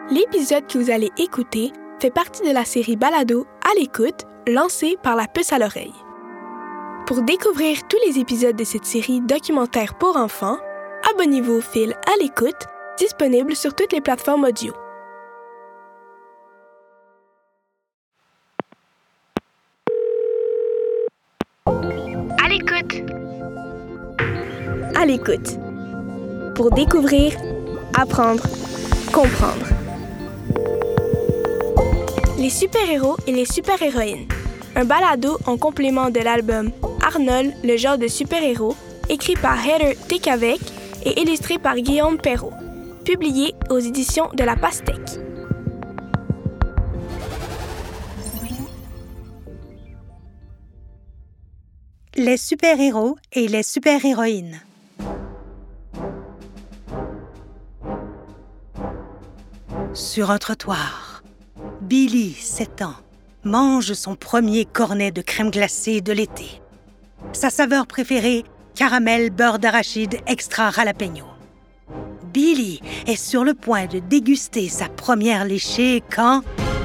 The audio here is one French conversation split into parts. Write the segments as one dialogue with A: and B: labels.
A: L'épisode que vous allez écouter fait partie de la série Balado à l'écoute, lancée par La Puce à l'oreille. Pour découvrir tous les épisodes de cette série documentaire pour enfants, abonnez-vous au fil à l'écoute, disponible sur toutes les plateformes audio. À l'écoute. À l'écoute. Pour découvrir, apprendre, comprendre. Les super-héros et les super-héroïnes. Un balado en complément de l'album Arnold, le genre de super-héros, écrit par Heather Tekavek et illustré par Guillaume Perrault, publié aux éditions de La Pastèque.
B: Les super-héros et les super-héroïnes. Sur un trottoir, Billy, 7 ans, mange son premier cornet de crème glacée de l'été. Sa saveur préférée, caramel beurre d'arachide extra jalapeno. Billy est sur le point de déguster sa première léchée quand...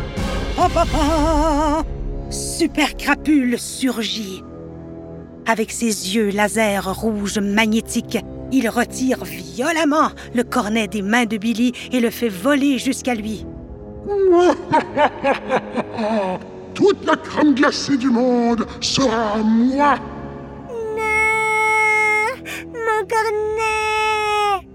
B: Super Crapule surgit. Avec ses yeux laser rouges magnétiques, il retire violemment le cornet des mains de Billy et le fait voler jusqu'à lui.
C: Toute la crème glacée du monde sera à moi.
B: Non, mon cornet!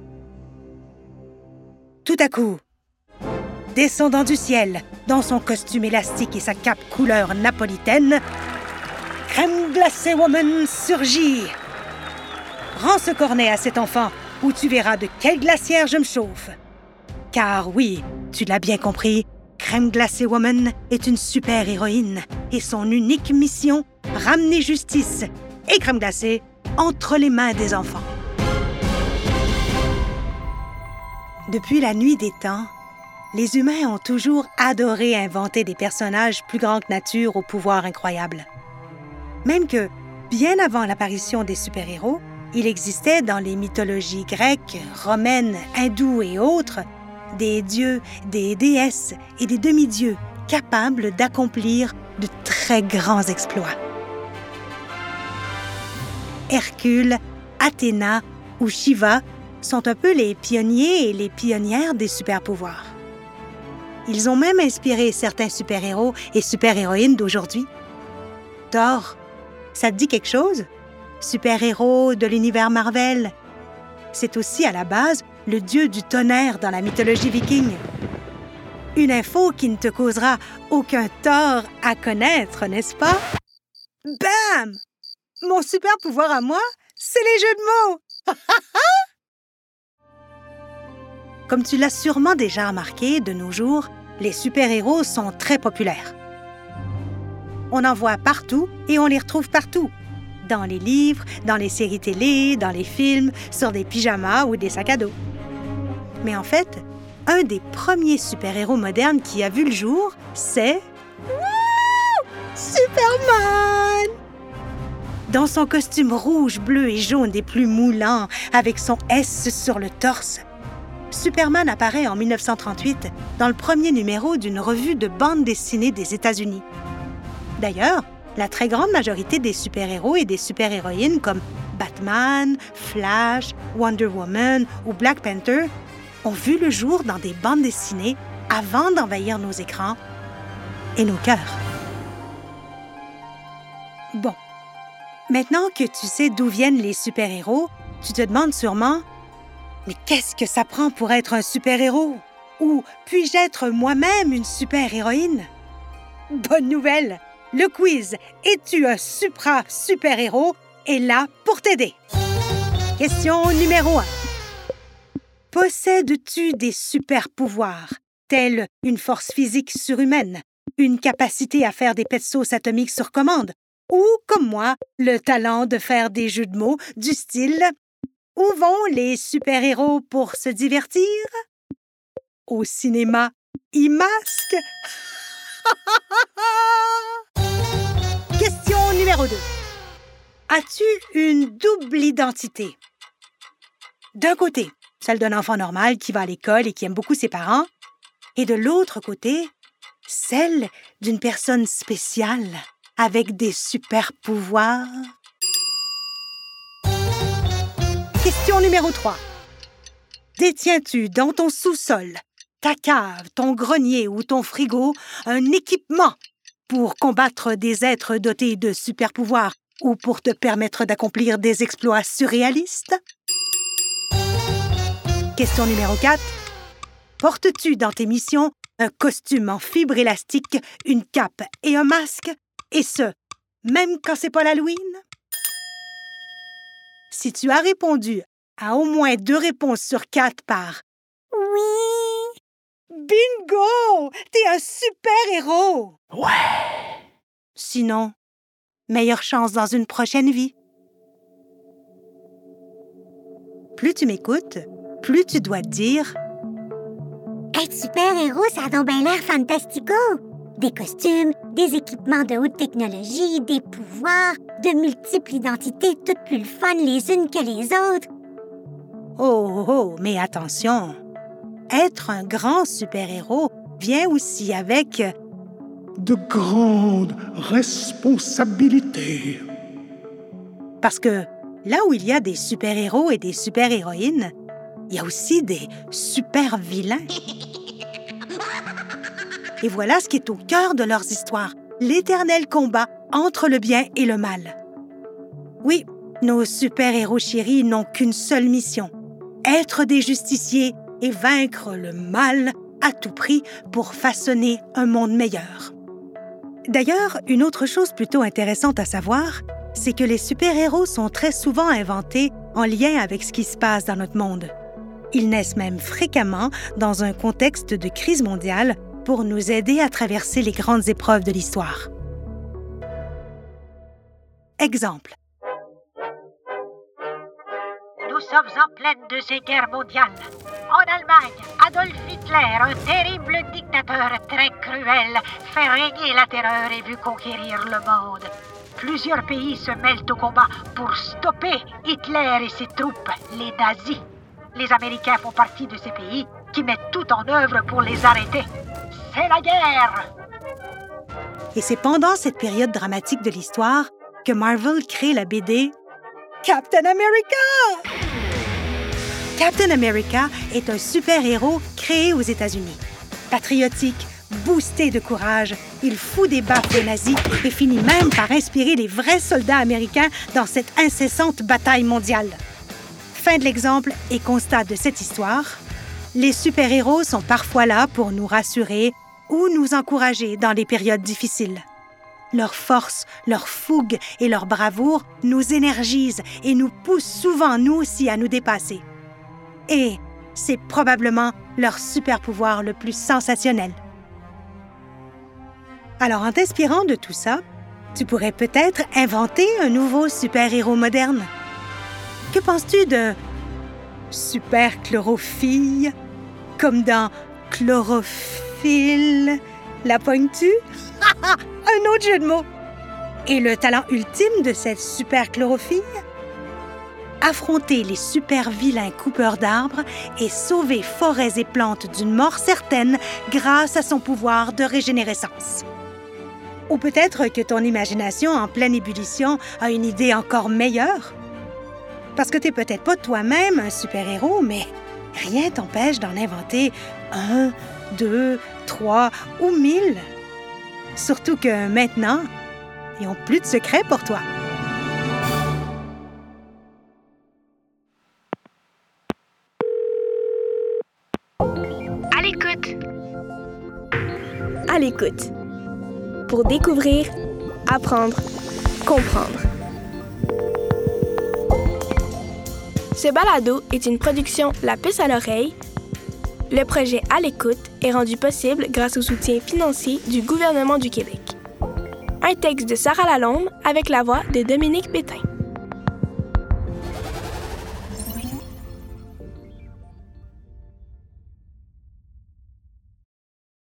B: Tout à coup, descendant du ciel, dans son costume élastique et sa cape couleur napolitaine, Crème Glacée Woman surgit. Rends ce cornet à cet enfant ou tu verras de quelle glacière je me chauffe. Car oui, tu l'as bien compris, Crème Glacée Woman est une super-héroïne et son unique mission, ramener justice et crème glacée entre les mains des enfants. Depuis la nuit des temps, les humains ont toujours adoré inventer des personnages plus grands que nature au pouvoir incroyable. Même que, bien avant l'apparition des super-héros, il existait dans les mythologies grecques, romaines, hindoues et autres des dieux, des déesses et des demi-dieux capables d'accomplir de très grands exploits. Hercule, Athéna ou Shiva sont un peu les pionniers et les pionnières des super-pouvoirs. Ils ont même inspiré certains super-héros et super-héroïnes d'aujourd'hui. Thor, ça te dit quelque chose? Super-héros de l'univers Marvel. C'est aussi à la base le dieu du tonnerre dans la mythologie viking. Une info qui ne te causera aucun tort à connaître, n'est-ce pas? Bam! Mon super pouvoir à moi, c'est les jeux de mots! Comme tu l'as sûrement déjà remarqué, de nos jours, les super-héros sont très populaires. On en voit partout et on les retrouve partout. Dans les livres, dans les séries télé, dans les films, sur des pyjamas ou des sacs à dos. Mais en fait, un des premiers super-héros modernes qui a vu le jour, c'est... Superman! Dans son costume rouge, bleu et jaune des plus moulants, avec son S sur le torse, Superman apparaît en 1938 dans le premier numéro d'une revue de bande dessinée des États-Unis. D'ailleurs, la très grande majorité des super-héros et des super-héroïnes comme Batman, Flash, Wonder Woman ou Black Panther ont vu le jour dans des bandes dessinées avant d'envahir nos écrans et nos cœurs. Bon, maintenant que tu sais d'où viennent les super-héros, tu te demandes sûrement « Mais qu'est-ce que ça prend pour être un super-héros? Ou puis-je être moi-même une super-héroïne? » Bonne nouvelle! Le quiz « Es-tu un supra-super-héros » est là pour t'aider. Question numéro 1. Possèdes-tu des super-pouvoirs, tels une force physique surhumaine, une capacité à faire des pets de sauce atomiques sur commande, ou, comme moi, le talent de faire des jeux de mots du style « Où vont les super-héros pour se divertir? » Au cinéma, ils masquent. Question numéro 2. As-tu une double identité? D'un côté, celle d'un enfant normal qui va à l'école et qui aime beaucoup ses parents. Et de l'autre côté, celle d'une personne spéciale avec des super pouvoirs. Question numéro 3. Détiens-tu dans ton sous-sol, ta cave, ton grenier ou ton frigo un équipement pour combattre des êtres dotés de super pouvoirs ou pour te permettre d'accomplir des exploits surréalistes? Question numéro 4. Portes-tu dans tes missions un costume en fibre élastique, une cape et un masque, et ce, même quand c'est pas l'Halloween? Si tu as répondu à au moins 2 réponses sur 4 par « Oui », bingo! T'es un super-héros!
C: Ouais!
B: Sinon, meilleure chance dans une prochaine vie. Plus tu m'écoutes, plus tu dois te dire
D: « Être super-héros, ça a donc bien l'air fantastico! Des costumes, des équipements de haute technologie, des pouvoirs, de multiples identités, toutes plus le fun les unes que les autres. »
B: Oh, mais attention! Être un grand super-héros vient aussi avec
C: de grandes responsabilités.
B: Parce que là où il y a des super-héros et des super-héroïnes, il y a aussi des super-vilains. Et voilà ce qui est au cœur de leurs histoires, l'éternel combat entre le bien et le mal. Oui, nos super-héros chéris n'ont qu'une seule mission, être des justiciers et vaincre le mal à tout prix pour façonner un monde meilleur. D'ailleurs, une autre chose plutôt intéressante à savoir, c'est que les super-héros sont très souvent inventés en lien avec ce qui se passe dans notre monde. Ils naissent même fréquemment dans un contexte de crise mondiale pour nous aider à traverser les grandes épreuves de l'histoire. Exemple.
E: Nous sommes en pleine Deuxième Guerre mondiale. En Allemagne, Adolf Hitler, un terrible dictateur très cruel, fait régner la terreur et veut conquérir le monde. Plusieurs pays se mêlent au combat pour stopper Hitler et ses troupes, les nazis. Les Américains font partie de ces pays qui mettent tout en œuvre pour les arrêter. C'est la guerre!
B: Et c'est pendant cette période dramatique de l'histoire que Marvel crée la BD Captain America! Captain America est un super-héros créé aux États-Unis. Patriotique, boosté de courage, il fout des baffes aux nazis et finit même par inspirer les vrais soldats américains dans cette incessante bataille mondiale. Fin de l'exemple et constat de cette histoire, les super-héros sont parfois là pour nous rassurer ou nous encourager dans les périodes difficiles. Leur force, leur fougue et leur bravoure nous énergisent et nous poussent souvent, nous aussi, à nous dépasser. Et c'est probablement leur super-pouvoir le plus sensationnel. Alors, en t'inspirant de tout ça, tu pourrais peut-être inventer un nouveau super-héros moderne. Que penses-tu de super chlorophylle, comme dans Chlorophylle? La pognes-tu? Un autre jeu de mots! Et le talent ultime de cette super chlorophylle? Affronter les super vilains coupeurs d'arbres et sauver forêts et plantes d'une mort certaine grâce à son pouvoir de régénérescence. Ou peut-être que ton imagination en pleine ébullition a une idée encore meilleure? Parce que t'es peut-être pas toi-même un super-héros, mais rien t'empêche d'en inventer 1, 2, 3 ou 1000. Surtout que maintenant, ils n'ont plus de secrets pour toi.
A: À l'écoute. À l'écoute. Pour découvrir, apprendre, comprendre. Ce balado est une production La Puce à l'oreille. Le projet À l'écoute est rendu possible grâce au soutien financier du gouvernement du Québec. Un texte de Sarah Lalonde avec la voix de Dominique Pétain.